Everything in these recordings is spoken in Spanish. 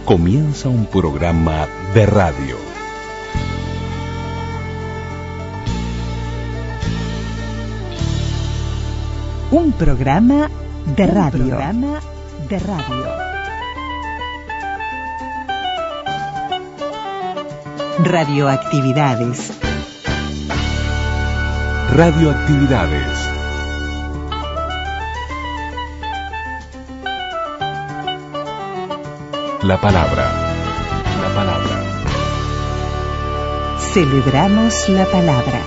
comienza un programa de radio. Un programa de radio. Radioactividades. La palabra. Celebramos la palabra.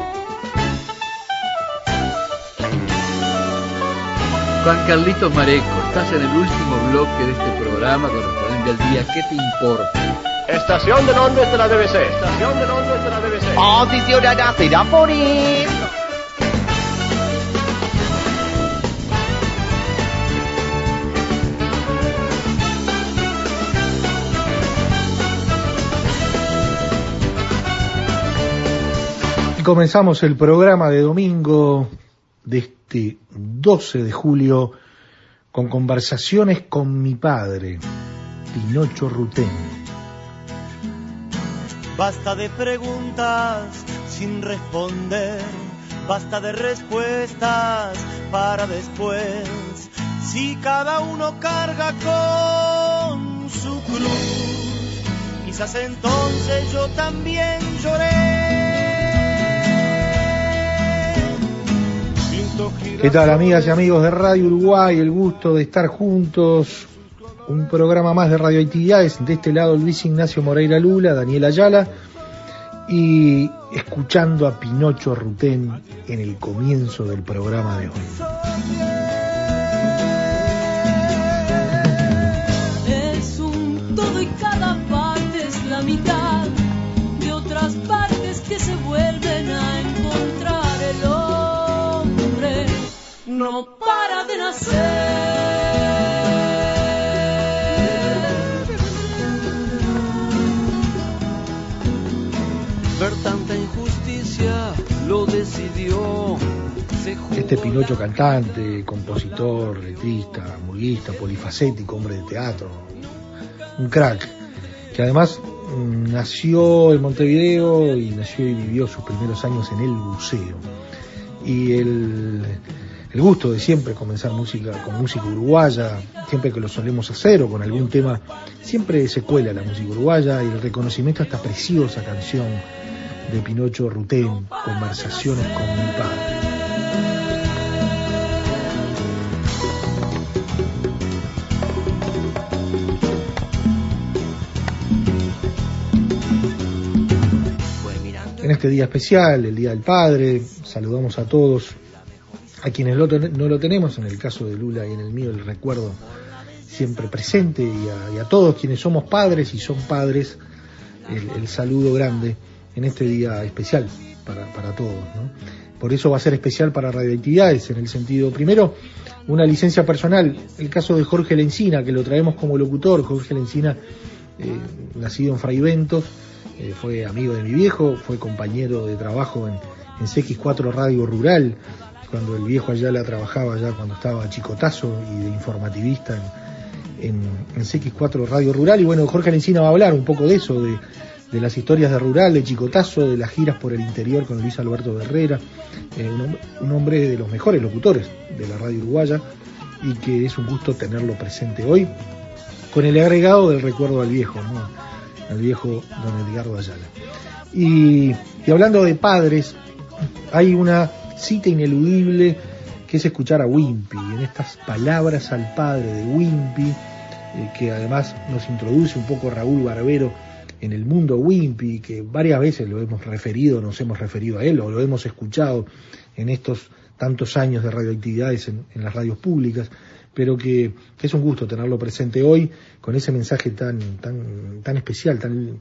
Juan Carlitos Mareco, estás en el último bloque de este programa correspondiente al día ¿Qué te importa? Estación de Londres de la BBC. Atención a la Perapolis. Y comenzamos el programa de domingo de este 12 de julio con conversaciones con mi padre, Pinocho Rutén. Basta de preguntas sin responder, basta de respuestas para después. Si cada uno carga con su cruz, quizás entonces yo también lloré. ¿Qué tal, amigas y amigos de Radio Uruguay? El gusto de estar juntos. Un programa más de radioactividades. De este lado Luis Ignacio Moreira Lula, Daniel Ayala, y escuchando a Pinocho Rutén en el comienzo del programa de hoy. Es un todo y cada parte es la mitad de otras partes que se vuelven a encontrar. El hombre no para de nacer. Ver tanta injusticia lo decidió. Este Pinocho cantante, compositor, letrista, murguista, polifacético, hombre de teatro, un crack, que además nació en Montevideo y nació y vivió sus primeros años en el buceo. Y el gusto de siempre comenzar con música uruguaya, siempre que lo solemos hacer o con algún tema, siempre se cuela la música uruguaya, y el reconocimiento a esta preciosa canción de Pinocho Rutén, Conversaciones con mi padre. En este día especial, el Día del Padre, saludamos a todos, a quienes no lo tenemos, en el caso de Lula y en el mío el recuerdo siempre presente, y a todos quienes somos padres y son padres, el saludo grande en este día especial para todos, ¿no? Por eso va a ser especial para radioactividades, en el sentido, primero, una licencia personal, el caso de Jorge Lencina, que lo traemos como locutor. Jorge Lencina, nacido en Fraiventos, fue amigo de mi viejo, fue compañero de trabajo en CX4 Radio Rural, cuando el viejo Ayala trabajaba ya cuando estaba chicotazo y de informativista en CX4 Radio Rural. Y bueno, Jorge Lencina va a hablar un poco de eso, de las historias de Rural, de Chicotazo, de las giras por el interior con Luis Alberto Herrera, un hombre de los mejores locutores de la radio uruguaya, y que es un gusto tenerlo presente hoy, con el agregado del recuerdo al viejo, ¿no? Al viejo don Edgardo Ayala. Y hablando de padres, hay una cita ineludible que es escuchar a Wimpy, en estas palabras al padre de Wimpy, que además nos introduce un poco Raúl Barbero en el mundo Wimpy, que varias veces nos hemos referido a él, o lo hemos escuchado en estos tantos años de radioactividades en las radios públicas, pero que es un gusto tenerlo presente hoy con ese mensaje tan especial,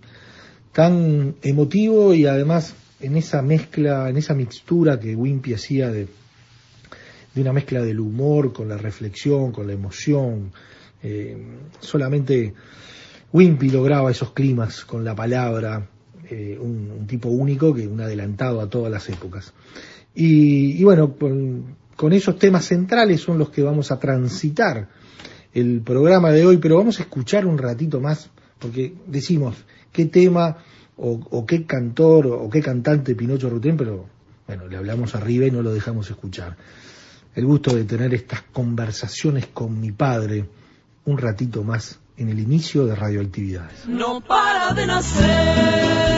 tan emotivo, y además en esa mezcla, en esa mixtura que Wimpy hacía de una mezcla del humor con la reflexión, con la emoción. Solamente Wimpy lograba esos climas con la palabra, un tipo único, un adelantado a todas las épocas. Y bueno, con esos temas centrales son los que vamos a transitar el programa de hoy, pero vamos a escuchar un ratito más, porque decimos qué tema o qué cantor o qué cantante Pinocho Rutén, pero bueno, le hablamos arriba y no lo dejamos escuchar. El gusto de tener estas conversaciones con mi padre un ratito más en el inicio de Radioactividades. No para de nacer.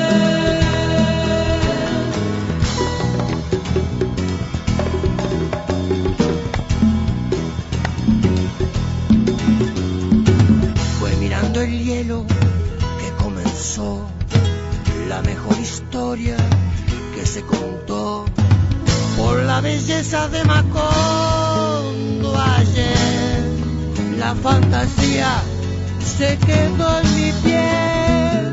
El hielo que comenzó la mejor historia que se contó por la belleza de Macondo ayer. La fantasía se quedó en mi piel.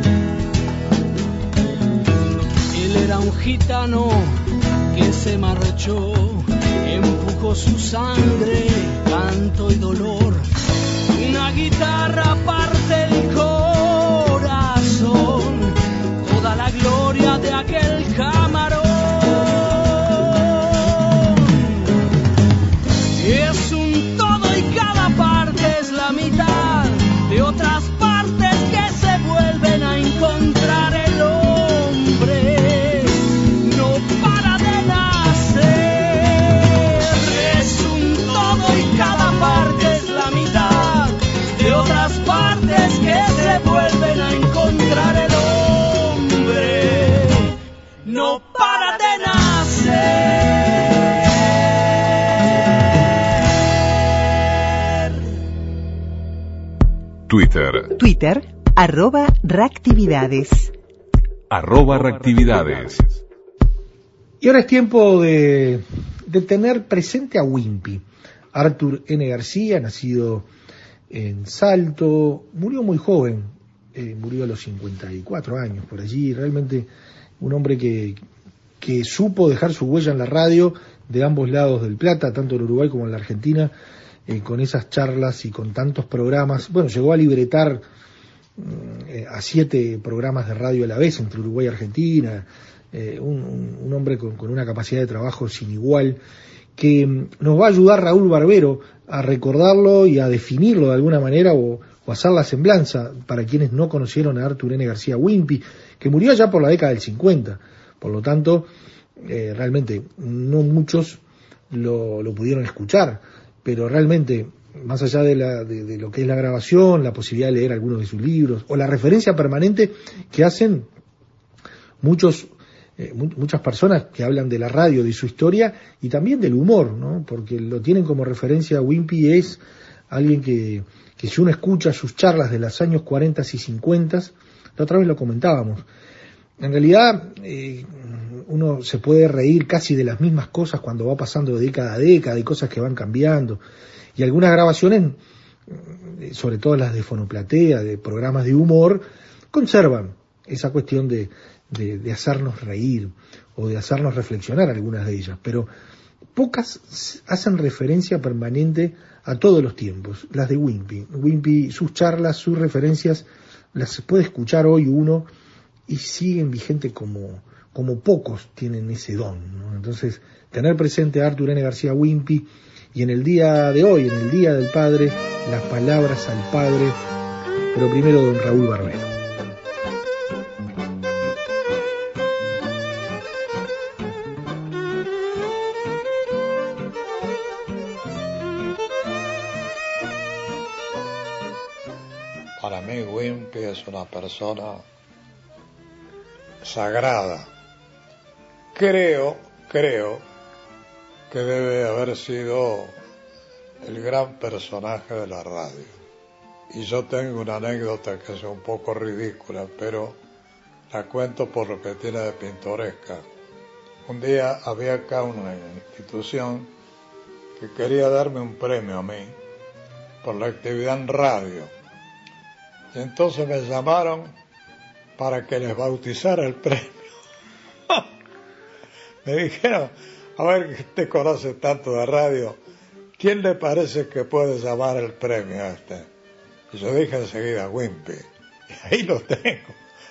Él era un gitano que se marchó, empujó su sangre, canto y dolor. Una guitarra parte el corazón, toda la gloria de aquel camarón. Es un todo y cada parte es la mitad de otras partes que se vuelven a encontrar. El hombre no para de nacer. Es un todo y cada parte es la mitad de otras partes que se vuelven a encontrar. El hombre no para de nacer. Twitter, @reactividades. @reactividades. Y ahora es tiempo de tener presente a Wimpy. Arthur N. García, nacido en Salto, murió muy joven, murió a los 54 años, por allí. Realmente un hombre que supo dejar su huella en la radio de ambos lados del Plata, tanto en Uruguay como en la Argentina, con esas charlas y con tantos programas. Bueno, llegó a libretar a 7 programas de radio a la vez entre Uruguay y Argentina, un hombre con una capacidad de trabajo sin igual, que nos va a ayudar Raúl Barbero a recordarlo y a definirlo de alguna manera o hacer la semblanza para quienes no conocieron a Arthur N. García Wimpy, que murió ya por la década del 50. Por lo tanto, realmente no muchos lo pudieron escuchar, pero realmente, más allá de lo que es la grabación, la posibilidad de leer algunos de sus libros, o la referencia permanente que hacen muchas personas que hablan de la radio, de su historia y también del humor, ¿no? Porque lo tienen como referencia. Wimpy es alguien que si uno escucha sus charlas de los años 40 y 50, la otra vez lo comentábamos, en realidad uno se puede reír casi de las mismas cosas cuando va pasando de década a década, y cosas que van cambiando, y algunas grabaciones, sobre todo las de Fonoplatea, de programas de humor, conservan esa cuestión de hacernos reír o de hacernos reflexionar, algunas de ellas, pero pocas hacen referencia permanente a todos los tiempos. Las de Wimpy. Wimpy, sus charlas, sus referencias, las puede escuchar hoy uno y siguen vigentes como pocos tienen ese don, ¿no? Entonces, tener presente a Arthur N. García Wimpy, y en el día de hoy, en el Día del Padre, las palabras al Padre, pero primero don Raúl Barbero. Para mí Wimpy es una persona sagrada. Creo que debe haber sido el gran personaje de la radio. Y yo tengo una anécdota que es un poco ridícula, pero la cuento por lo que tiene de pintoresca. Un día había acá una institución que quería darme un premio a mí por la actividad en radio. Y entonces me llamaron para que les bautizara el premio. Me dijeron, a ver, que usted conoce tanto de radio, ¿quién le parece que puede llamar el premio a este? Y yo dije enseguida, Wimpy. Y ahí lo tengo.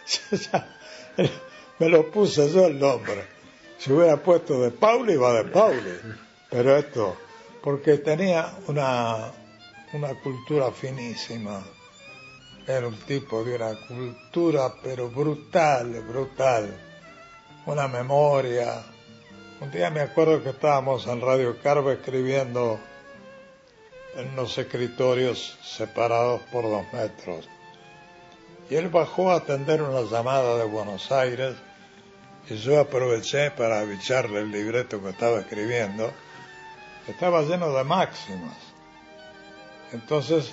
Me lo puse yo el nombre. Si hubiera puesto de Pauli, iba de Pauli. Pero esto, porque tenía una una cultura finísima. Era un tipo de una cultura, pero brutal, brutal. Una memoria. Un día me acuerdo que estábamos en Radio Carva escribiendo en unos escritorios separados por 2 metros. Y él bajó a atender una llamada de Buenos Aires y yo aproveché para avisarle el libreto que estaba escribiendo. Estaba lleno de máximas. Entonces,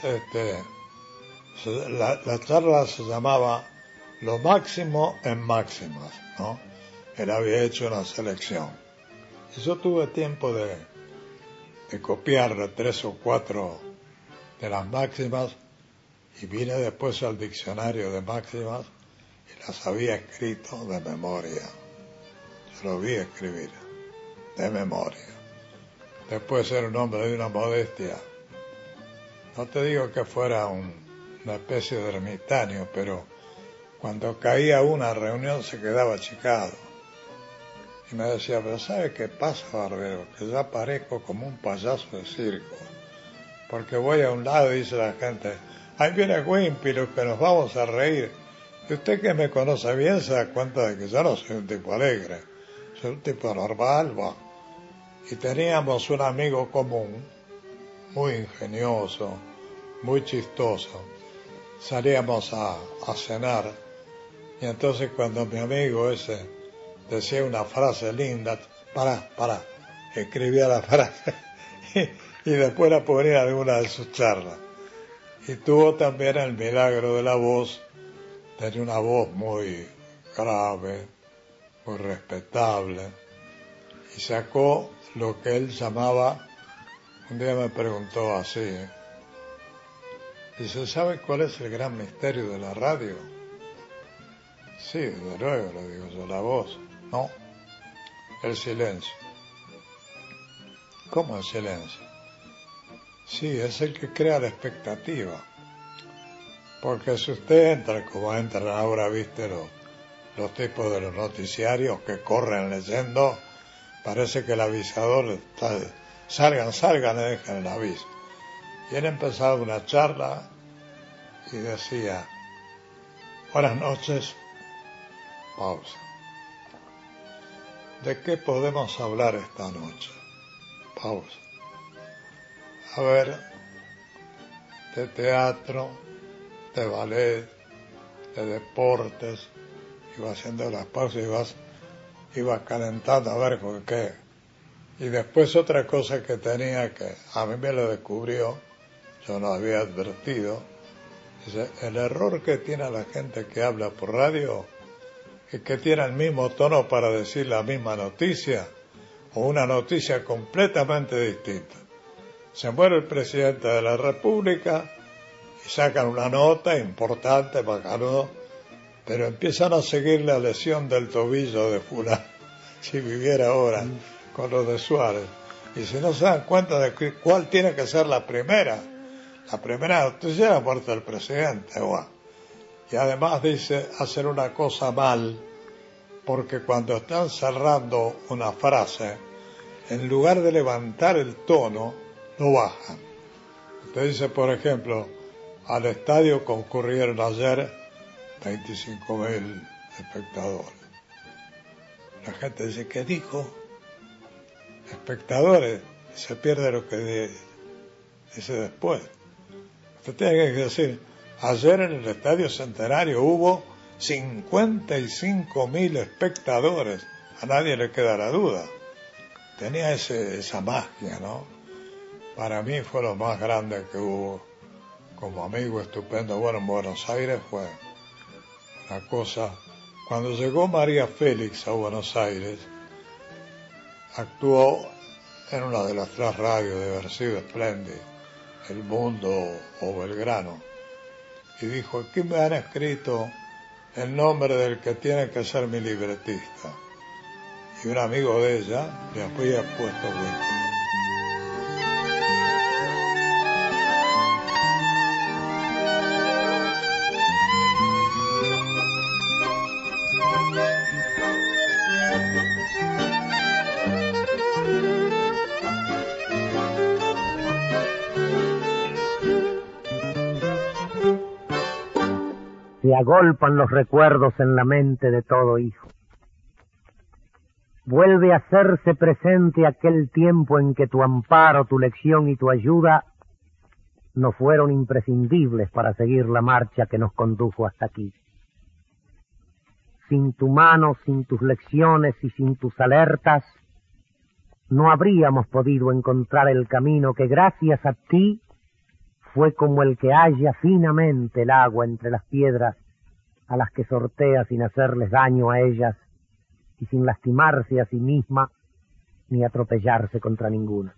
la charla se llamaba Lo máximo en máximas, ¿no? Él había hecho una selección. Y yo tuve tiempo de copiarle 3 o 4 de las máximas y vine después al diccionario de máximas y las había escrito de memoria. Yo lo vi escribir de memoria. Después era un hombre de una modestia. No te digo que fuera una especie de ermitaño, pero cuando caía una reunión se quedaba achicado. Y me decía, pero ¿sabe qué pasa, Barbero? Que ya parezco como un payaso de circo. Porque voy a un lado y dice la gente, ahí viene Wimpy, que nos vamos a reír. Y usted que me conoce bien se da cuenta de que yo no soy un tipo alegre. Soy un tipo normal, va. Y teníamos un amigo común, muy ingenioso, muy chistoso. Salíamos a cenar. Y entonces cuando mi amigo ese decía una frase linda, pará, escribía la frase y después la ponía en alguna de sus charlas. Y tuvo también el milagro de la voz, tenía una voz muy grave, muy respetable, y sacó lo que él llamaba, un día me preguntó así, dice, ¿sabe cuál es el gran misterio de la radio? Sí, desde luego, le digo yo, la voz. No, el silencio. ¿Cómo el silencio? Sí, es el que crea la expectativa. Porque si usted entra, como entran ahora, viste, los tipos de los noticiarios que corren leyendo, parece que el avisador está, salgan y dejan el aviso. Y él empezaba una charla y decía, buenas noches, pausa. ¿De qué podemos hablar esta noche? Pausa. A ver, de teatro, de ballet, de deportes. Iba haciendo las pausas y iba calentando a ver con qué. Y después otra cosa que tenía que a mí me lo descubrió, yo no había advertido, dice, el error que tiene la gente que habla por radio es que tiene el mismo tono para decir la misma noticia o una noticia completamente distinta. Se muere el presidente de la República y sacan una nota importante, bacanudo, pero empiezan a seguir la lesión del tobillo de fulano, si viviera ahora, con lo de Suárez. Y si no se dan cuenta de cuál tiene que ser la primera noticia es la muerte del presidente, guau. Y además dice hacer una cosa mal, porque cuando están cerrando una frase, en lugar de levantar el tono, lo bajan. Usted dice, por ejemplo, al estadio concurrieron ayer 25.000 espectadores. La gente dice, ¿qué dijo? Espectadores, se pierde lo que dice después. Usted tiene que decir, ayer en el Estadio Centenario hubo 55.000 espectadores. A nadie le queda la duda. Tenía esa magia, ¿no? Para mí fue lo más grande que hubo como amigo estupendo. Bueno, en Buenos Aires fue una cosa. Cuando llegó María Félix a Buenos Aires, actuó en una de las 3 radios de haber sido espléndido, El Mundo o Belgrano, y dijo, aquí me han escrito el nombre del que tiene que ser mi libretista. Y un amigo de ella le había puesto Wimpy. Se agolpan los recuerdos en la mente de todo hijo. Vuelve a hacerse presente aquel tiempo en que tu amparo, tu lección y tu ayuda no fueron imprescindibles para seguir la marcha que nos condujo hasta aquí. Sin tu mano, sin tus lecciones y sin tus alertas, no habríamos podido encontrar el camino que gracias a ti fue como el que halla finamente el agua entre las piedras a las que sortea sin hacerles daño a ellas y sin lastimarse a sí misma ni atropellarse contra ninguna.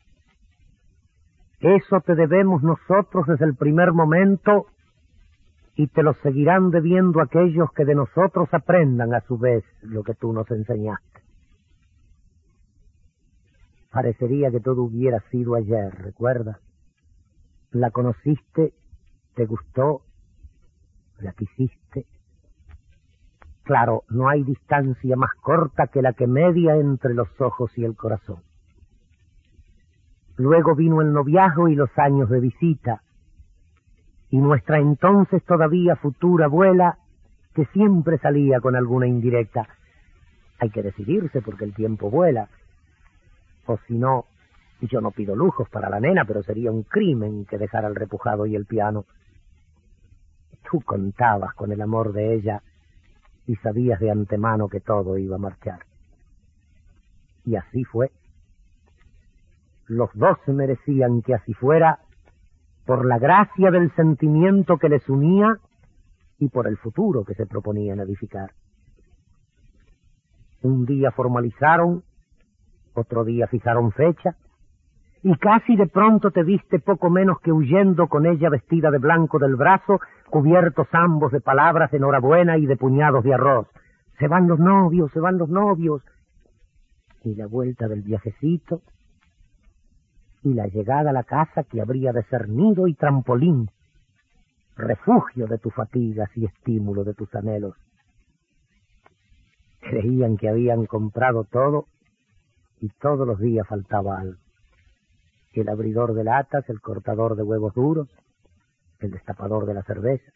Eso te debemos nosotros desde el primer momento y te lo seguirán debiendo aquellos que de nosotros aprendan a su vez lo que tú nos enseñaste. Parecería que todo hubiera sido ayer, ¿recuerdas? La conociste, te gustó, la quisiste. Claro, no hay distancia más corta que la que media entre los ojos y el corazón. Luego vino el noviazgo y los años de visita, y nuestra entonces todavía futura abuela, que siempre salía con alguna indirecta. Hay que decidirse porque el tiempo vuela. O si no, yo no pido lujos para la nena, pero sería un crimen que dejara el repujado y el piano. Tú contabas con el amor de ella y sabías de antemano que todo iba a marchar. Y así fue. Los dos se merecían que así fuera por la gracia del sentimiento que les unía y por el futuro que se proponían edificar. Un día formalizaron, otro día fijaron fecha, y casi de pronto te viste poco menos que huyendo con ella vestida de blanco del brazo, cubiertos ambos de palabras de enhorabuena y de puñados de arroz. Se van los novios, se van los novios. Y la vuelta del viajecito, y la llegada a la casa que habría de ser nido y trampolín, refugio de tus fatigas y estímulo de tus anhelos. Creían que habían comprado todo y todos los días faltaba algo. El abridor de latas, el cortador de huevos duros, el destapador de la cerveza.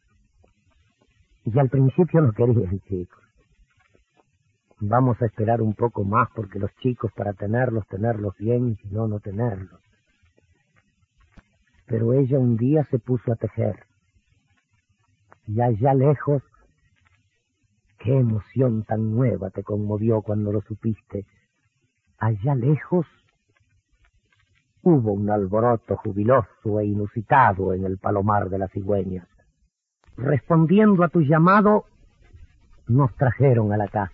Y al principio no querían, chicos. Vamos a esperar un poco más porque los chicos para tenerlos bien, y si no, no tenerlos. Pero ella un día se puso a tejer. Y allá lejos, qué emoción tan nueva te conmovió cuando lo supiste. Allá lejos hubo un alboroto jubiloso e inusitado en el palomar de las cigüeñas. Respondiendo a tu llamado, nos trajeron a la casa.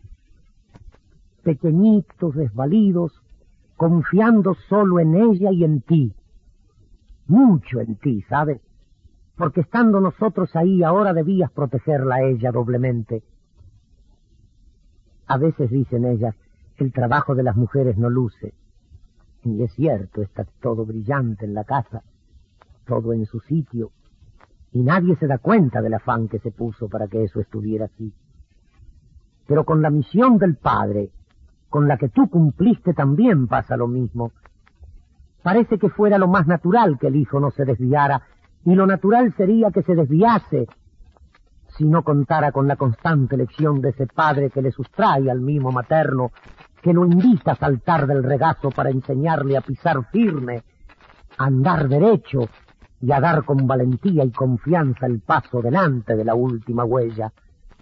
Pequeñitos, desvalidos, confiando solo en ella y en ti. Mucho en ti, ¿sabes? Porque estando nosotros ahí ahora debías protegerla a ella doblemente. A veces dicen ellas, el trabajo de las mujeres no luce. Y es cierto, está todo brillante en la casa, todo en su sitio, y nadie se da cuenta del afán que se puso para que eso estuviera así. Pero con la misión del padre, con la que tú cumpliste, también pasa lo mismo. Parece que fuera lo más natural que el hijo no se desviara, y lo natural sería que se desviase, si no contara con la constante lección de ese padre que le sustrae al mimo materno, que lo invita a saltar del regazo para enseñarle a pisar firme, a andar derecho y a dar con valentía y confianza el paso delante de la última huella.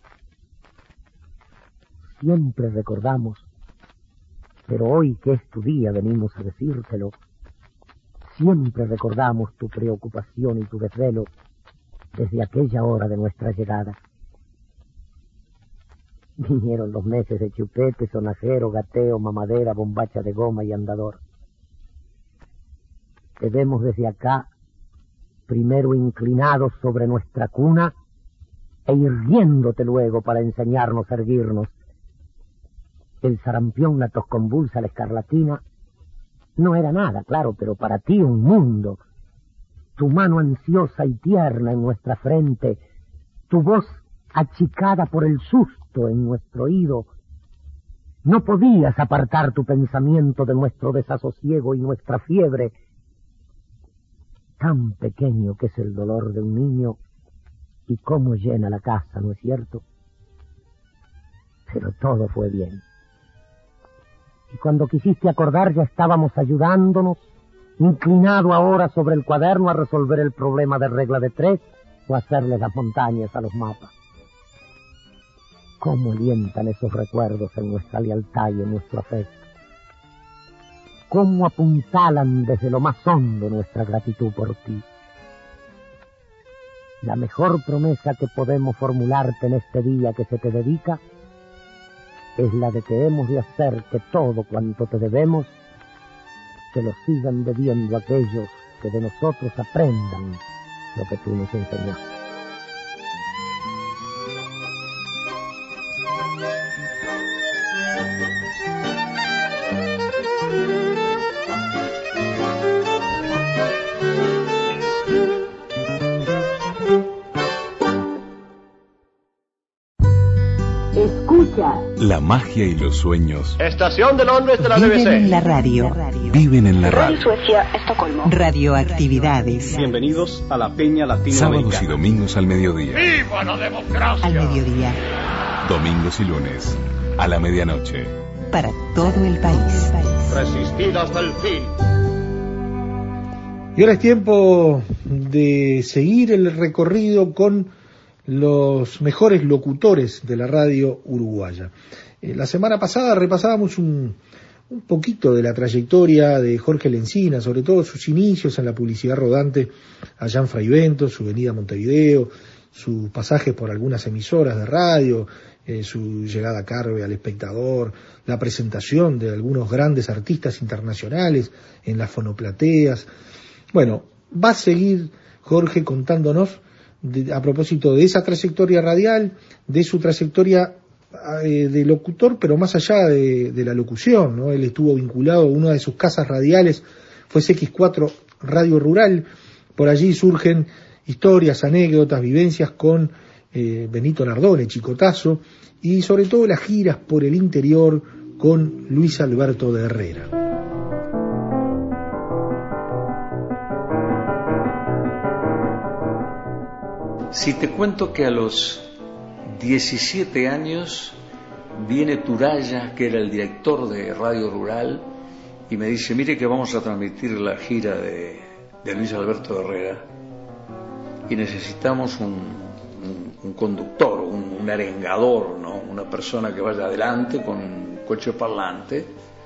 Siempre recordamos, pero hoy que es tu día venimos a decírtelo, siempre recordamos tu preocupación y tu desvelo desde aquella hora de nuestra llegada. Vinieron los meses de chupete, sonajero, gateo, mamadera, bombacha de goma y andador. Te vemos desde acá, primero inclinados sobre nuestra cuna e irguiéndote luego para enseñarnos a erguirnos. El sarampión, la tos convulsa, la escarlatina, no era nada, claro, pero para ti un mundo. Tu mano ansiosa y tierna en nuestra frente, tu voz achicada por el susto en nuestro oído. No podías apartar tu pensamiento de nuestro desasosiego y nuestra fiebre. Tan pequeño que es el dolor de un niño Y cómo llena la casa, ¿no es cierto? Pero todo fue bien. Y cuando quisiste acordar ya estábamos ayudándonos, inclinado ahora sobre el cuaderno a resolver el problema de regla de 3 o hacerle las montañas a los mapas. Cómo alientan esos recuerdos en nuestra lealtad y en nuestro afecto. Cómo apuntalan desde lo más hondo nuestra gratitud por ti. La mejor promesa que podemos formularte en este día que se te dedica es la de que hemos de hacer que todo cuanto te debemos te lo sigan debiendo aquellos que de nosotros aprendan lo que tú nos enseñaste. La magia y los sueños Estación de Londres de la viven BBC. en la radio. viven en la radio. Suecia, Estocolmo. Radioactividades. Bienvenidos a la Peña Latinoamericana. Sábados y domingos al mediodía. ¡Viva la democracia! Al mediodía. Domingos y lunes a la medianoche. Para todo el país. Resistir hasta el fin. Y ahora es tiempo de seguir el recorrido con los mejores locutores de la radio uruguaya. La semana pasada repasábamos un poquito de la trayectoria de Jorge Lencina, sobre todo sus inicios en la publicidad rodante allá en Fraiventos, su venida a Montevideo, sus pasajes por algunas emisoras de radio, su llegada a Carve, al Espectador, la presentación de algunos grandes artistas internacionales en las fonoplateas. Bueno, va a seguir Jorge contándonos a propósito de esa trayectoria radial, de su trayectoria de locutor, pero más allá de la locución, ¿no? Él estuvo vinculado, una de sus casas radiales fue CX4 Radio Rural. Por allí surgen historias, anécdotas, vivencias con Benito Nardone, Chicotazo, y sobre todo las giras por el interior con Luis Alberto de Herrera. Si te cuento que a los 17 años viene Turaya, que era el director de Radio Rural, y me dice, mire que vamos a transmitir la gira de Luis Alberto Herrera y necesitamos un conductor, un arengador, ¿no? Una persona que vaya adelante con un coche parlante,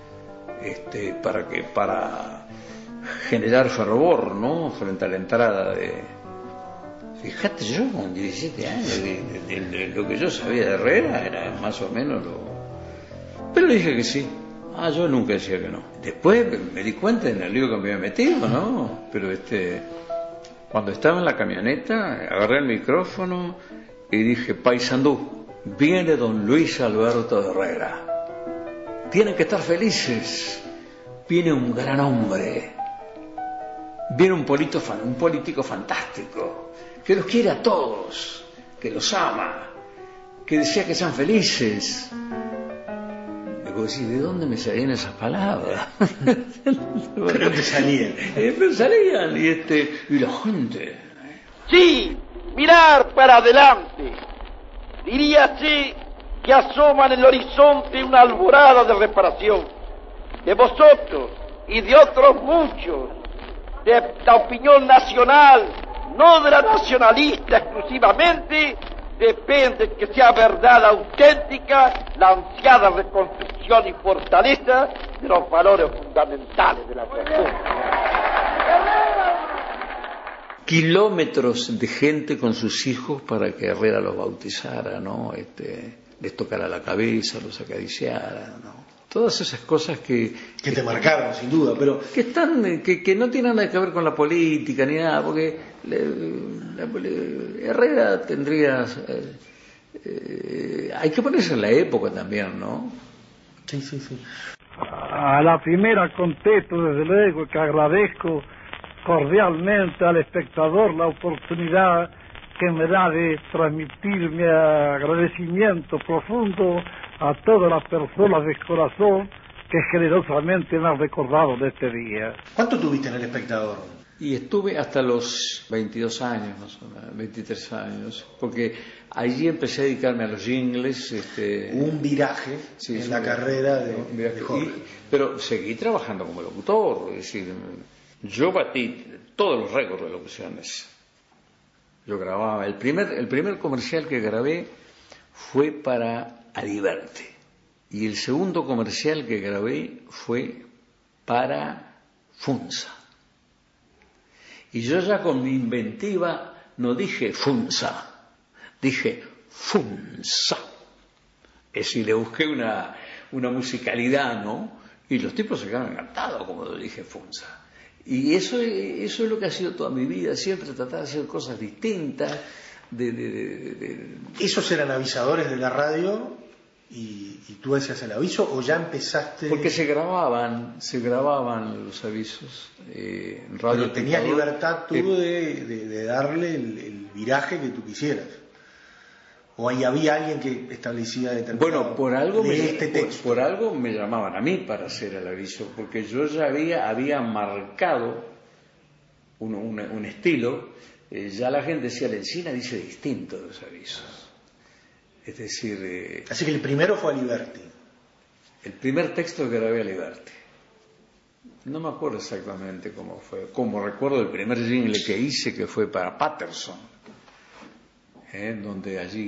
para generar fervor, ¿no? Frente a la entrada de... Fíjate, yo con 17 años, de lo que yo sabía de Herrera era más o menos lo... Pero le dije que sí. Yo nunca decía que no. Después me di cuenta en el lío que me había metido, ¿no? Pero cuando estaba en la camioneta, agarré el micrófono y dije, Paysandú, viene don Luis Alberto de Herrera. Tienen que estar felices. Viene un gran hombre. Viene un político fantástico, que los quiere a todos, que los ama, que desea que sean felices. Me puedo decir, ¿de dónde me salían esas palabras? Pero te salían. Me salían, y la gente. Sí, mirar para adelante. Diríase que asoma en el horizonte una alborada de reparación. De vosotros y de otros muchos, de la opinión nacional, no de la nacionalista exclusivamente, depende que sea verdad auténtica la ansiada reconstrucción y fortaleza de los valores fundamentales de la persona. Kilómetros de gente con sus hijos para que Herrera los bautizara, ¿no? Les tocara la cabeza, los acariciara, ¿no? Todas esas cosas que te marcaron, sin duda, pero... Que no tienen nada que ver con la política ni nada, porque Herrera tendría... hay que ponerse en la época también, ¿no? Sí, sí, sí. A la primera contesto, desde luego, que agradezco cordialmente al espectador la oportunidad que me da de transmitir mi agradecimiento profundo a todas las personas de corazón que generosamente me han recordado de este día. ¿Cuánto tuviste en El Espectador? Y estuve hasta los 22 años, más o menos, 23 años, porque allí empecé a dedicarme a los jingles. Un viraje en la carrera de Jorge. Pero seguí trabajando como locutor, es decir, yo batí todos los récords de locuciones. Yo grababa, el primer comercial que grabé fue para Aliberte, y el segundo comercial que grabé fue para Funza. Y yo ya con mi inventiva no dije Funza, dije Funza. Es decir, le busqué una musicalidad, ¿no? Y los tipos se quedaron encantados como lo dije Funza. Y eso es lo que ha sido toda mi vida, siempre tratar de hacer cosas distintas. ¿Esos eran avisadores de la radio y tú hacías el aviso o ya empezaste? Porque se grababan los avisos en radio. Pero tenías libertad tú de darle el viraje que tú quisieras. ¿O ahí había alguien que establecía determinado? Bueno, por algo me llamaban a mí para hacer el aviso, porque yo ya había marcado un estilo. Ya la gente decía, la Encina dice distinto de los avisos. Es decir... Así que el primero fue Aliberti. El primer texto que grabé a Aliberti. No me acuerdo exactamente cómo fue. Como recuerdo el primer jingle que hice, que fue para Patterson. Donde allí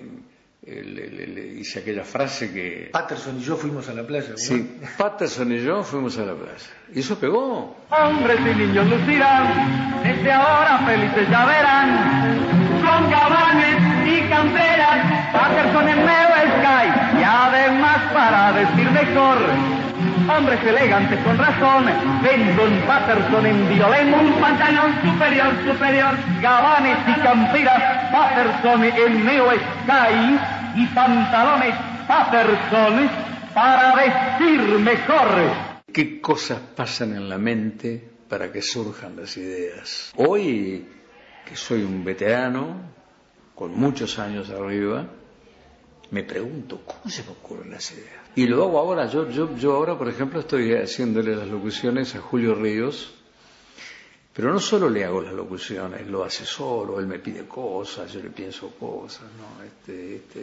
hice aquella frase que... Patterson y yo fuimos a la playa, ¿no? Sí, Patterson y yo fuimos a la playa. Y eso pegó. Hombres y niños lucirán, desde ahora felices ya verán, con gabanes y camperas, Patterson en Neo Sky, y además para vestir mejor, hombres elegantes con razón, ven con Patterson en violín, un pantalón superior, gabanes y camperas, Patterson en Neo Sky, y pantalones Patterson para vestir mejor. ¿Qué cosas pasan en la mente para que surjan las ideas? Hoy, que soy un veterano, con muchos años arriba, me pregunto, ¿cómo se me ocurren las ideas? Y lo hago ahora, yo ahora, por ejemplo, estoy haciéndole las locuciones a Julio Ríos, pero no solo le hago las locuciones, lo asesoro, él me pide cosas, yo le pienso cosas, ¿no?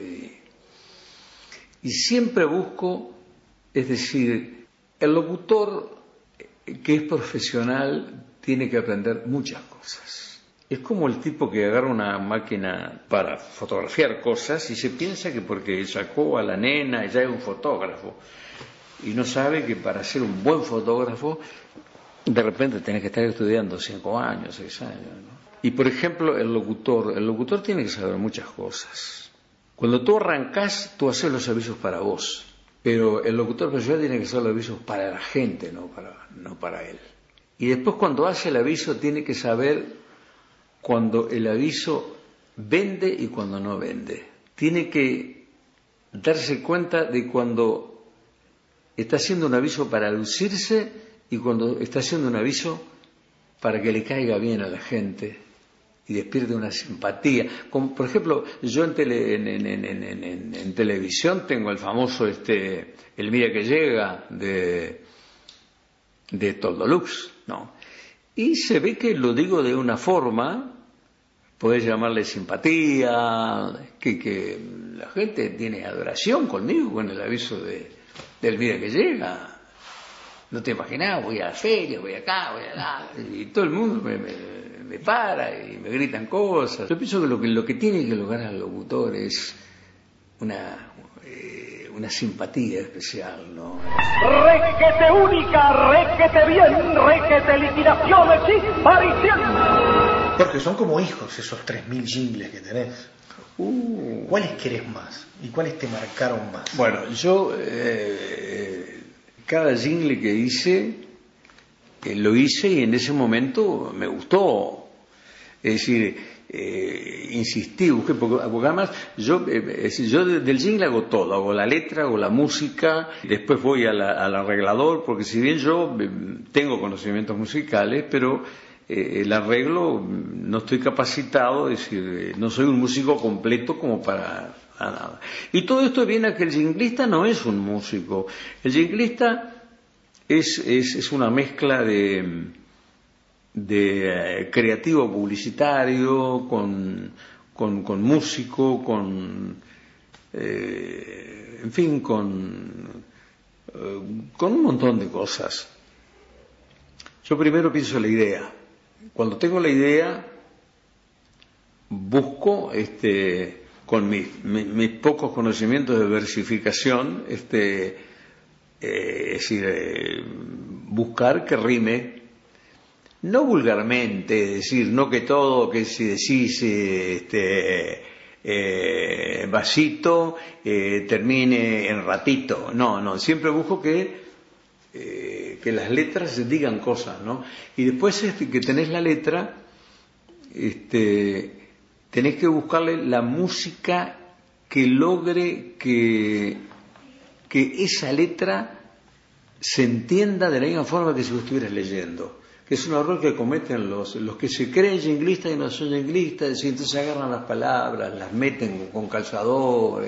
Y siempre busco, es decir, el locutor que es profesional tiene que aprender muchas cosas. Es como el tipo que agarra una máquina para fotografiar cosas y se piensa que porque sacó a la nena ya es un fotógrafo. Y no sabe que para ser un buen fotógrafo, de repente tenés que estar estudiando 5 años, 6 años, ¿no? Y por ejemplo, el locutor tiene que saber muchas cosas. Cuando tú arrancás, tú haces los avisos para vos. Pero el locutor profesional tiene que hacer los avisos para la gente, no para él. Y después cuando hace el aviso tiene que saber cuando el aviso vende y cuando no vende. Tiene que darse cuenta de cuando está haciendo un aviso para lucirse y cuando está haciendo un aviso para que le caiga bien a la gente y despierte una simpatía. Como, por ejemplo, yo en televisión tengo el famoso El Mira que Llega de Toldolux, ¿no? Y se ve que lo digo de una forma, podés llamarle simpatía, que la gente tiene adoración conmigo con el aviso del Mira que Llega. No te imaginás, voy a la feria, voy acá, voy allá, y todo el mundo me para y me gritan cosas. Yo pienso que lo que tiene que lograr el locutor es una simpatía especial, ¿no? Requete única, requete bien, requete liquidaciones y aparición. Porque son como hijos esos 3.000 jingles que tenés. ¿Cuáles querés más? ¿Y cuáles te marcaron más? Bueno, yo cada jingle que hice, lo hice y en ese momento me gustó. Es decir, insistí, busqué, porque además yo del jingle hago todo, hago la letra, hago la música, después voy al arreglador, porque si bien yo tengo conocimientos musicales, pero el arreglo no estoy capacitado, es decir, no soy un músico completo como para nada. Y todo esto viene a que el jinglista no es un músico, el jinglista es una mezcla de creativo publicitario, con músico, en fin, con un montón de cosas. Yo primero pienso la idea. Cuando tengo la idea, busco, con mis pocos conocimientos de versificación, es decir, buscar que rime, no vulgarmente, es decir, no que todo, que si decís vasito, termine en ratito. No, siempre busco que las letras digan cosas, ¿no? Y después que tenés la letra, tenés que buscarle la música que logre que esa letra se entienda de la misma forma que si vos estuvieras leyendo. Que es un error que cometen los que se creen jinglistas y no son jinglistas, y entonces agarran las palabras, las meten con calzador.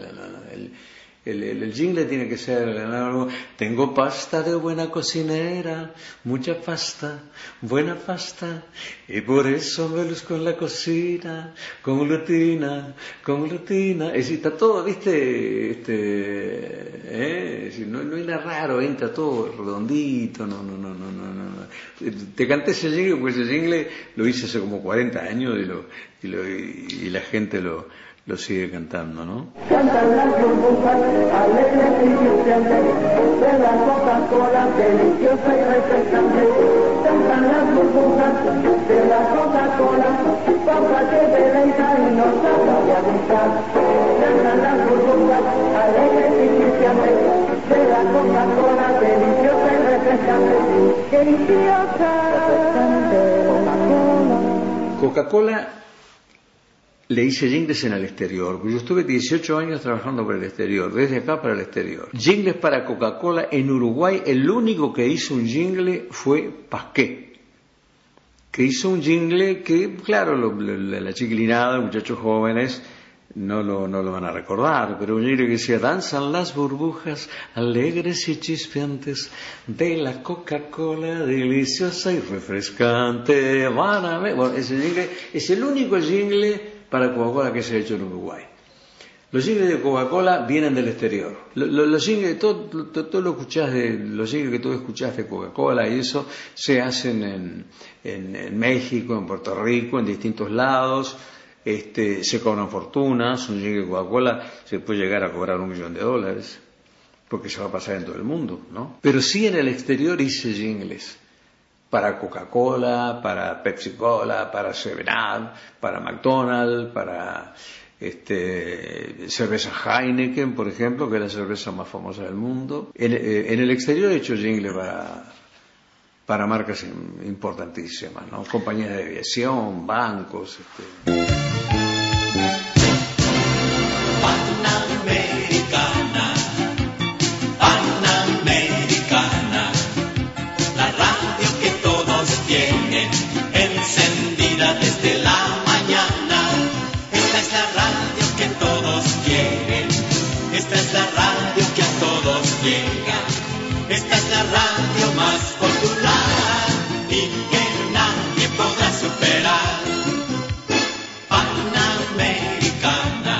El jingle tiene que ser: tengo pasta de buena cocinera, mucha pasta, buena pasta, y por eso me luzco en la cocina, con glutina. Es decir, está todo, ¿viste? Es decir, no hay nada raro, entra todo redondito, no. Te canté ese jingle porque ese jingle lo hice hace como 40 años y la gente lo sigue cantando, ¿no? Cantan las burbujas alegres y dulceantes de la Coca-Cola deliciosa y refrescante. Cantan las burbujas de la Coca-Cola, Coca que deleita y nos habla de amistad. Cantan las burbujas alegres y dulceantes de la Coca-Cola deliciosa y refrescante. Deliciosa Coca-Cola. Le hice jingles en el exterior, porque yo estuve 18 años trabajando para el exterior, desde acá para el exterior. Jingles para Coca-Cola en Uruguay, el único que hizo un jingle fue Pasqué, que hizo un jingle que, claro, la chiquilinada, los muchachos jóvenes, no lo van a recordar, pero un jingle que decía: danzan las burbujas alegres y chispeantes de la Coca-Cola deliciosa y refrescante. Van a ver. Bueno, ese jingle es el único jingle para Coca-Cola que se ha hecho en Uruguay. Los jingles de Coca-Cola vienen del exterior. Los jingles, todo lo escuchás los jingles que tú escuchás de Coca-Cola y eso se hacen en México, en Puerto Rico, en distintos lados. Se cobran fortunas. Un jingle de Coca-Cola se puede llegar a cobrar $1 millón, porque se va a pasar en todo el mundo, ¿no? Pero sí en el exterior hice jingles para Coca-Cola, para Pepsi-Cola, para 7-Up, para McDonald's, para cerveza Heineken, por ejemplo, que es la cerveza más famosa del mundo. En el exterior he hecho jingle para marcas importantísimas, ¿no? Compañías de aviación, bancos. Panamericana, la radio que todos tienen, encendida desde la mañana. Esta es la radio que todos quieren, esta es la radio que a todos llega, esta es la radio más popular y que nadie podrá superar. Panamericana,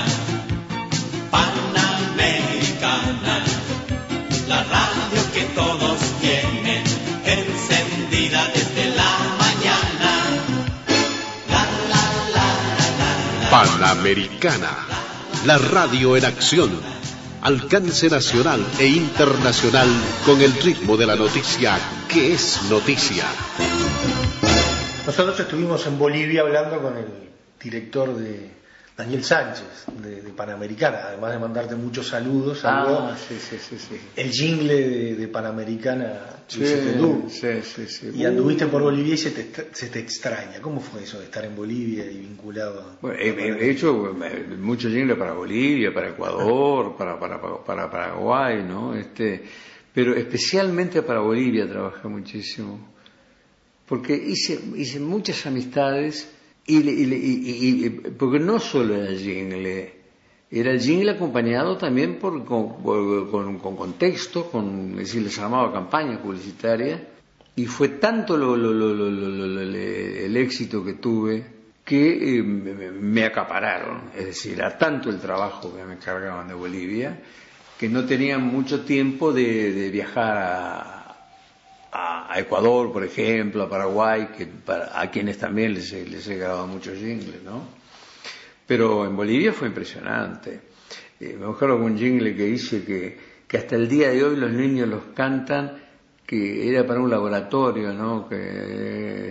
Panamericana, la radio que todos tienen, encendida desde la mañana. Panamericana, la radio en acción, alcance nacional e internacional con el ritmo de la noticia que es noticia. Nosotros estuvimos en Bolivia hablando con el director de Daniel Sánchez de Panamericana, además de mandarte muchos saludos. Sí. El jingle de Panamericana. Sí. Y anduviste por Bolivia y se te extraña. ¿Cómo fue eso de estar en Bolivia y vinculado? Bueno, he hecho muchos jingles para Bolivia, para Ecuador, para Paraguay, ¿no? Pero especialmente para Bolivia trabajé muchísimo, porque hice muchas amistades. Y porque no solo era el jingle acompañado también con contexto, es decir, les llamaba campaña publicitaria, Y fue tanto el éxito que tuve que me acapararon. Es decir, era tanto el trabajo que me encargaban de Bolivia que no tenían mucho tiempo de viajar a Ecuador, por ejemplo, a Paraguay, a quienes también les he grabado muchos jingles, ¿no? Pero en Bolivia fue impresionante. Me acuerdo un jingle que hice que hasta el día de hoy los niños los cantan, que era para un laboratorio, ¿no? Que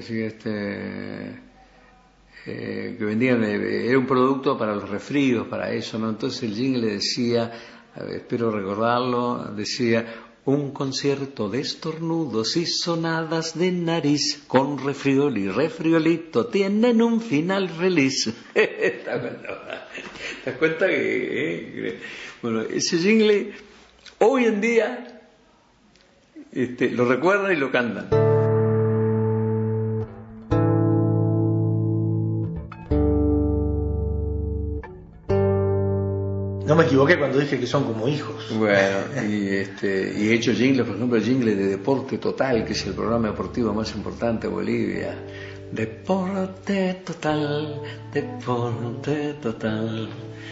vendían, era un producto para los resfríos, para eso, ¿no? Entonces el jingle decía, espero recordarlo, decía: un concierto de estornudos y sonadas de nariz con refriol y refriolito tienen un final feliz. ¿Te das cuenta que bueno, ese jingle hoy en día lo recuerdan y lo cantan? No me equivoqué cuando dije que son como hijos. Bueno, y he hecho jingles, por ejemplo, el jingle de Deporte Total, que es el programa deportivo más importante de Bolivia. Deporte Total, Deporte Total.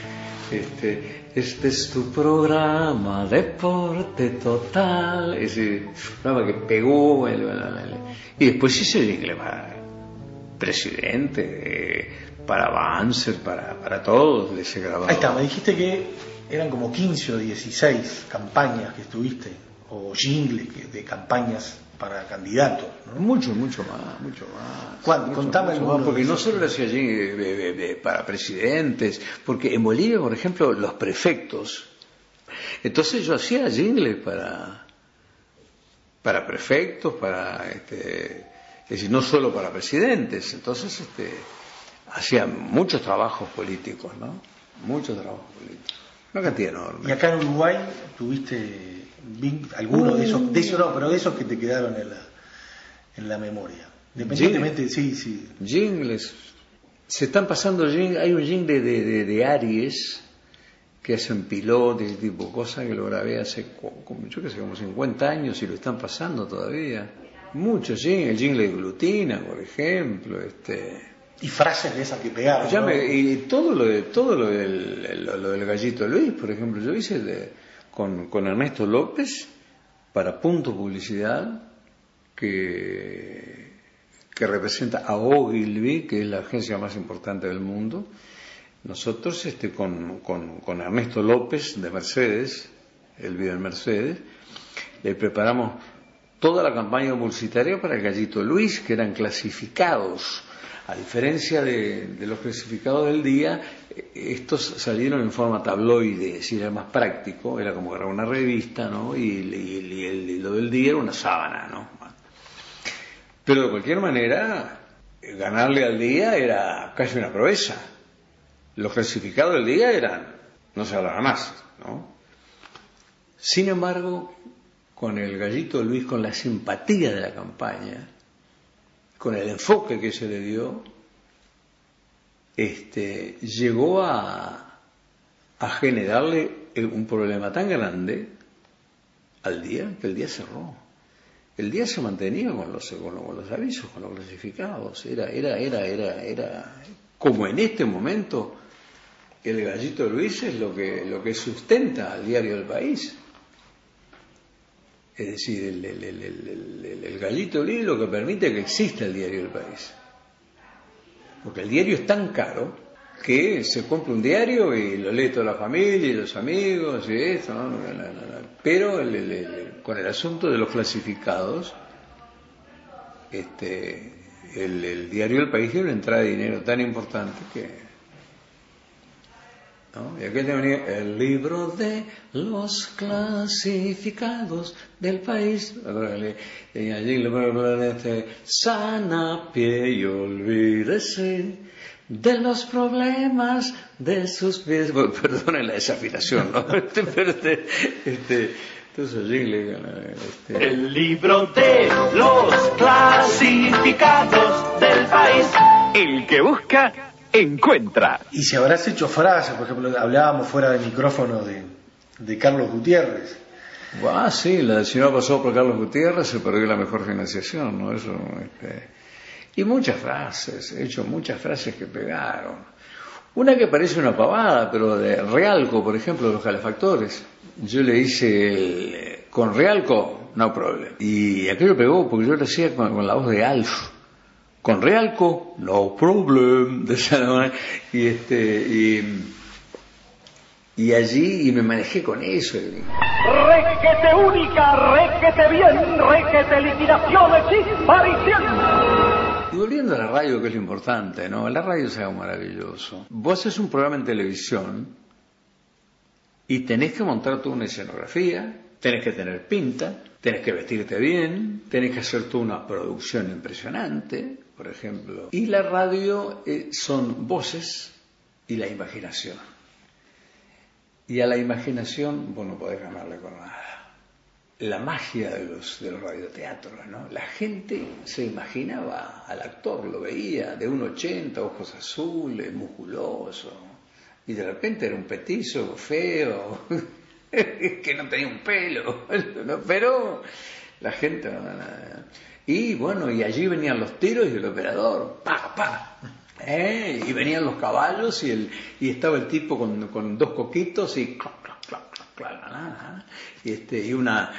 Este es tu programa, Deporte Total. Ese programa que pegó. Y después hice jingle para presidente, para Banzer, para todos les he grabado. Ahí está, me dijiste que eran como 15 o 16 campañas que estuviste, o jingles de campañas para candidatos, ¿no? Mucho más. Contame mucho, porque no solo lo hacía jingles para presidentes, porque en Bolivia, por ejemplo, los prefectos, entonces yo hacía jingles para prefectos, es decir, no solo para presidentes, entonces hacía muchos trabajos políticos, ¿no? Muchos trabajos políticos. Una cantidad enorme. ¿Y acá en Uruguay tuviste algunos de esos no, pero de esos que te quedaron en la memoria? Independientemente, sí. Jingles. Se están pasando jingles. Hay un jingle de Aries que hacen pilotes y tipo cosas que lo grabé hace, como 50 años y lo están pasando todavía. Muchos jingles. El jingle de Glutina, por ejemplo, Y frases de esas que pegaron, ¿no? Y todo lo del Gallito Luis, por ejemplo, yo hice con Ernesto López para Punto Publicidad, que representa a Ogilvy, que es la agencia más importante del mundo. Nosotros con Ernesto López de Mercedes, él vive en Mercedes, le preparamos toda la campaña publicitaria para el Gallito Luis, que eran clasificados. A diferencia de los clasificados del día, estos salieron en forma tabloide, es decir, era más práctico, era como agarrar una revista, ¿no? Y lo del día era una sábana, ¿no? Pero de cualquier manera, ganarle al día era casi una proeza. Los clasificados del día no se hablaba más, ¿no? Sin embargo, con el Gallito Luis, con la simpatía de la campaña, con el enfoque que se le dio, llegó a generarle un problema tan grande al día, que el día cerró. El día se mantenía con los avisos, con los clasificados. Era como en este momento el Gallito Luis es lo que sustenta al diario del País. Es decir, el Gallito Luis es lo que permite que exista el diario del País. Porque el diario es tan caro que se compra un diario y lo lee toda la familia y los amigos y esto, ¿no? Pero con el asunto de los clasificados, el diario del País tiene una entrada de dinero tan importante que... ¿no? Y aquí tenía el libro de los clasificados del País. Tenía allí sana pie y olvídese de los problemas de sus pies. Bueno, perdonen la desafinación, ¿no? Entonces allí el libro de los clasificados del País. El que busca encuentra. Y si habrás hecho frases, por ejemplo, hablábamos fuera de micrófono de Carlos Gutiérrez, Sí, si no pasó por Carlos Gutiérrez se perdió la mejor financiación, ¿no? Eso, y muchas frases, he hecho muchas frases que pegaron. Una que parece una pavada, pero de Realco, por ejemplo, los calefactores. Yo le hice con Realco, no problem. Y aquello pegó porque yo lo hacía con la voz de Alf. Con Realco, no problem. Y allí me manejé con eso. Requete única, requete bien, requete liquidaciones y aparición. Y volviendo a la radio, que es lo importante, ¿no? La radio es algo maravilloso. Vos haces un programa en televisión y tenés que montar toda una escenografía, tenés que tener pinta, tenés que vestirte bien, tenés que hacer toda una producción impresionante, por ejemplo. Y la radio son voces y la imaginación. Y a la imaginación vos no podés ganarle con nada. La magia de los radioteatros, ¿no? La gente se imaginaba al actor, lo veía de 1,80, ojos azules, musculoso, y de repente era un petizo, feo, que no tenía un pelo, ¿no? Pero la gente... Y bueno, y allí venían los tiros y el operador, ¡pa, pa! Y venían los caballos y estaba el tipo con dos coquitos y clac, clac, clac, clac, clac, y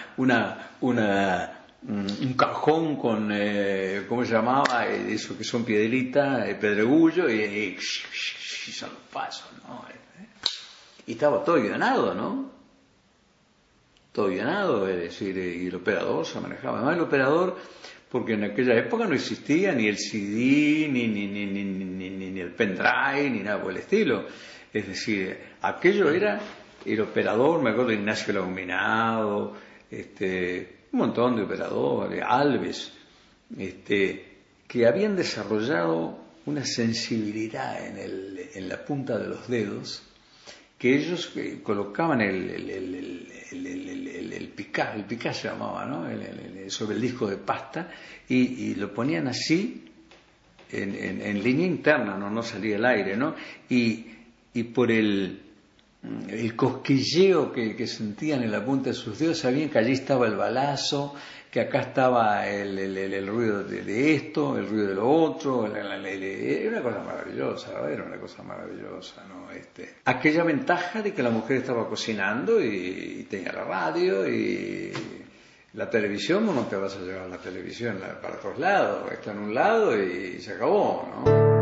un cajón con ¿cómo se llamaba? Eso que son piedritas, pedregullo y son los pasos, ¿no? Y estaba todo guionado, ¿no? Todo guionado, es decir, y el operador se manejaba. Además el operador, porque en aquella época no existía ni el CD, ni el pendrive, ni nada por el estilo. Es decir, aquello era el operador, me acuerdo de Ignacio Lauminado, un montón de operadores, Alves, que habían desarrollado una sensibilidad en la punta de los dedos, que ellos colocaban el picá se llamaba, ¿no? Sobre el disco de pasta y lo ponían así en línea interna, no salía el aire, ¿no? Y por el cosquilleo que sentían en la punta de sus dedos sabían que allí estaba el balazo, que acá estaba el ruido de esto, el ruido de lo otro, era una cosa maravillosa, ¿no? Aquella ventaja de que la mujer estaba cocinando y tenía la radio y la televisión, no te vas a llevar la televisión para todos lados, está en un lado y se acabó, ¿no?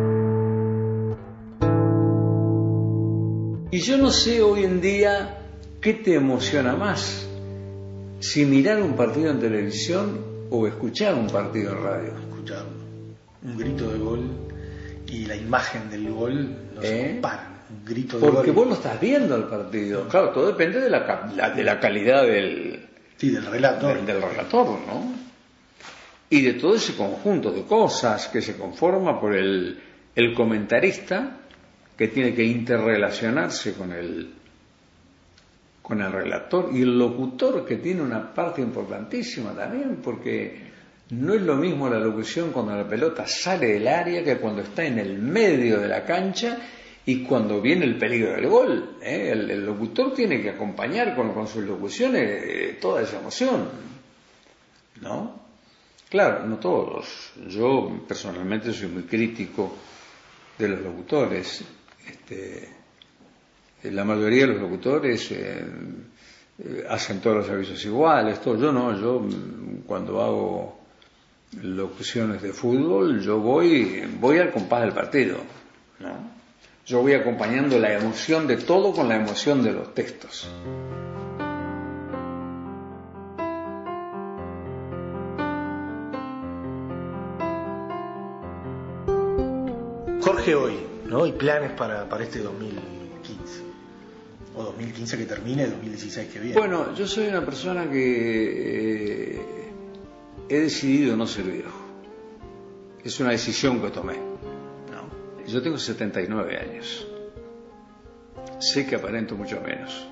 Y yo no sé hoy en día qué te emociona más, si mirar un partido en televisión o escuchar un partido en radio. Escuchar un grito de gol y la imagen del gol no se comparan. Un grito de Porque gol. vos lo estás viendo el partido. Claro, todo depende de la calidad del relator. Del relator, ¿no? Y de todo ese conjunto de cosas que se conforma por el comentarista, que tiene que interrelacionarse con el relator, y el locutor, que tiene una parte importantísima también, porque no es lo mismo la locución cuando la pelota sale del área que cuando está en el medio de la cancha y cuando viene el peligro del gol. El locutor tiene que acompañar con sus locuciones toda esa emoción, ¿no? Claro, no todos. Yo personalmente soy muy crítico de los locutores. La mayoría de los locutores hacen todos los servicios iguales, todo. Yo no, yo cuando hago locuciones de fútbol, yo voy al compás del partido, ¿no? Yo voy acompañando la emoción de todo con la emoción de los textos. Jorge, hoy, ¿no? ¿Y planes para este 2015? O 2015 que termine, 2016 que viene. Bueno, yo soy una persona que he decidido no ser viejo. Es una decisión que tomé, ¿no? Yo tengo 79 años. Sé que aparento mucho menos.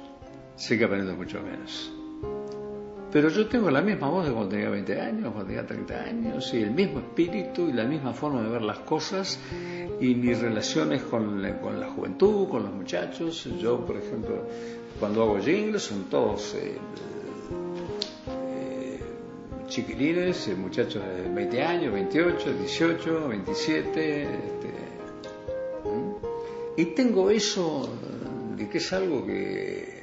Pero yo tengo la misma voz de cuando tenía 20 años, cuando tenía 30 años, y el mismo espíritu y la misma forma de ver las cosas, y mis relaciones con la juventud, con los muchachos. Yo, por ejemplo, cuando hago jingles son todos chiquilines, muchachos de 20 años, 28, 18, 27. Y tengo eso, de que es algo que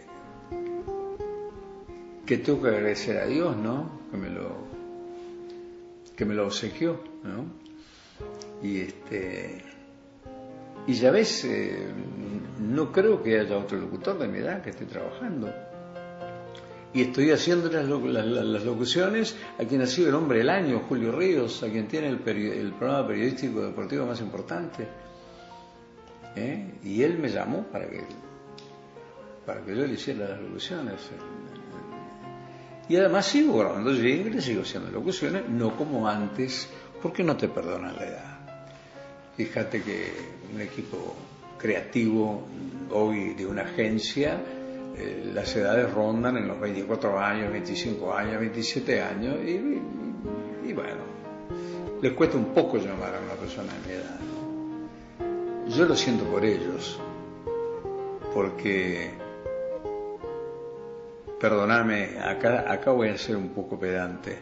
tengo que agradecer a Dios, ¿no? Que me lo obsequió, ¿no? Y ya ves, no creo que haya otro locutor de mi edad que esté trabajando. Y estoy haciendo las locuciones a quien ha sido el hombre del año, Julio Ríos, a quien tiene el programa periodístico deportivo más importante. Y él me llamó para que yo le hiciera las locuciones. Y además sigo grabando jingles, sigo haciendo locuciones, no como antes, porque no te perdonan la edad. Fíjate que un equipo creativo hoy de una agencia, las edades rondan en los 24 años, 25 años, 27 años, y bueno, les cuesta un poco llamar a una persona de mi edad, ¿no? Yo lo siento por ellos, porque, perdonadme, acá voy a ser un poco pedante.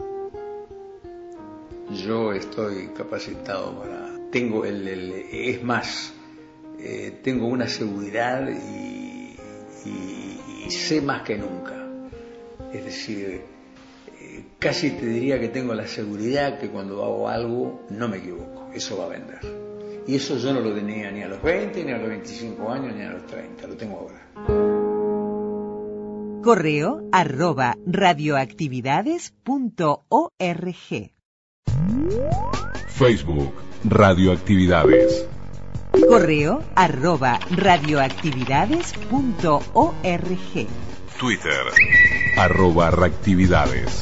Yo estoy capacitado tengo es más, tengo una seguridad y sé más que nunca. Es decir, casi te diría que tengo la seguridad que cuando hago algo no me equivoco, eso va a vender. Y eso yo no lo tenía ni a los 20, ni a los 25 años, ni a los 30, lo tengo ahora. Correo @radioactividades.org. Facebook Radioactividades. Correo @radioactividades.org. Twitter @reactividades.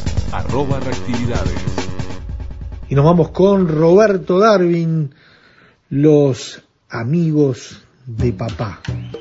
Y nos vamos con Roberto Darwin, Los amigos de papá.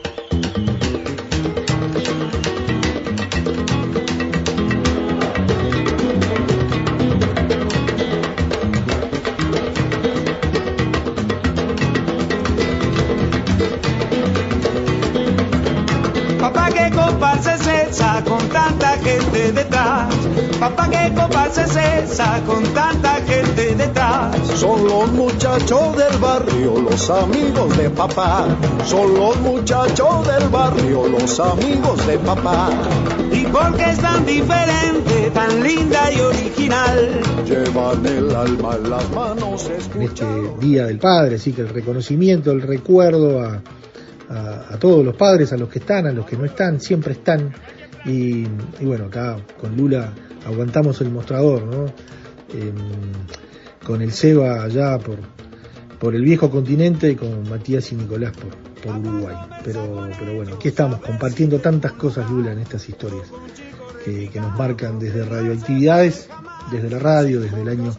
Papá, qué comparsa es esa con tanta gente detrás. Papá, qué comparsa es esa con tanta gente detrás. Son los muchachos del barrio, los amigos de papá. Son los muchachos del barrio, los amigos de papá. ¿Y por qué es tan diferente, tan linda y original? Llevan el alma en las manos. En este Día del Padre, así que el reconocimiento, el recuerdo a todos los padres, a los que están, a los que no están, siempre están. Y bueno, acá con Lula aguantamos el mostrador, ¿no? Con el Seba allá por el viejo continente, y con Matías y Nicolás por Uruguay. Pero bueno, aquí estamos compartiendo tantas cosas, Lula, en estas historias que nos marcan desde Radioactividades, desde la radio, desde el año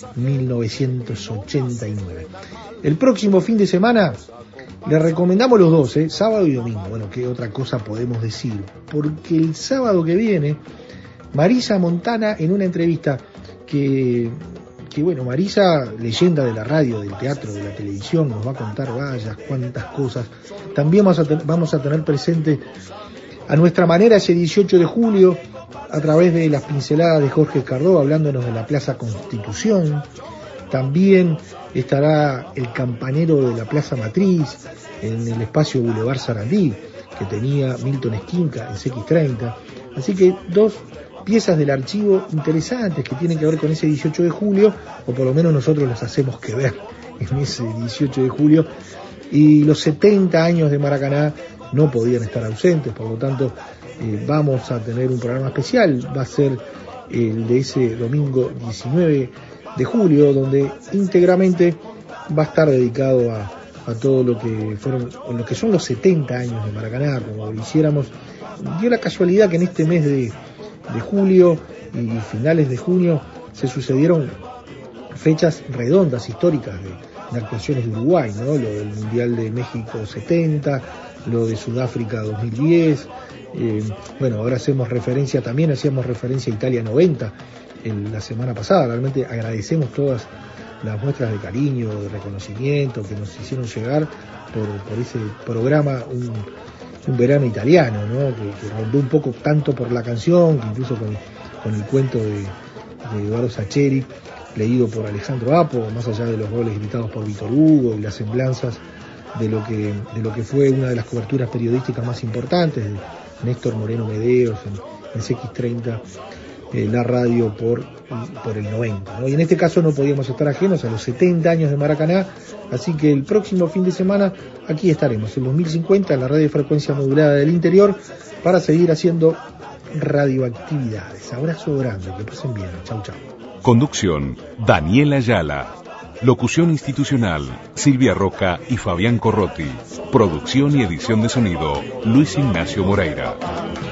1989. El próximo fin de semana le recomendamos los dos, sábado y domingo. Bueno, ¿qué otra cosa podemos decir? Porque el sábado que viene, Marisa Montana, en una entrevista que bueno, Marisa, leyenda de la radio, del teatro, de la televisión, nos va a contar vaya cuántas cosas. También vamos a tener presente a nuestra manera ese 18 de julio, a través de las pinceladas de Jorge Cardó, hablándonos de la Plaza Constitución. También estará el campanero de la Plaza Matriz en el espacio Boulevard Sarandí, que tenía Milton Esquinca en CX30. Así que dos piezas del archivo interesantes que tienen que ver con ese 18 de julio, o por lo menos nosotros las hacemos que ver en ese 18 de julio. Y los 70 años de Maracaná no podían estar ausentes, por lo tanto vamos a tener un programa especial. Va a ser el de ese domingo 19 de julio, donde íntegramente va a estar dedicado a todo lo que son los 70 años de Maracaná, como lo hiciéramos. Dio la casualidad que en este mes de julio y finales de junio se sucedieron fechas redondas, históricas de actuaciones de Uruguay, ¿no? Lo del Mundial de México 70, lo de Sudáfrica 2010. Bueno, ahora hacíamos referencia a Italia 90 la semana pasada. Realmente agradecemos todas las muestras de cariño, de reconocimiento que nos hicieron llegar por ese programa, un verano italiano, ¿no? Que rondó un poco tanto por la canción, que incluso con el cuento de Eduardo Sacheri, leído por Alejandro Apo, más allá de los goles gritados por Víctor Hugo y las semblanzas de lo que fue una de las coberturas periodísticas más importantes de Néstor Moreno Medeiros en CX30, la radio por el 90, ¿no? Y en este caso no podíamos estar ajenos a los 70 años de Maracaná, así que el próximo fin de semana aquí estaremos, en 2050, en la radio de frecuencia modulada del interior, para seguir haciendo radioactividades. Abrazo grande, que pasen bien. Chau, chau. Conducción, Daniela Ayala. Locución institucional, Silvia Roca y Fabián Corrotti. Producción y edición de sonido, Luis Ignacio Moreira.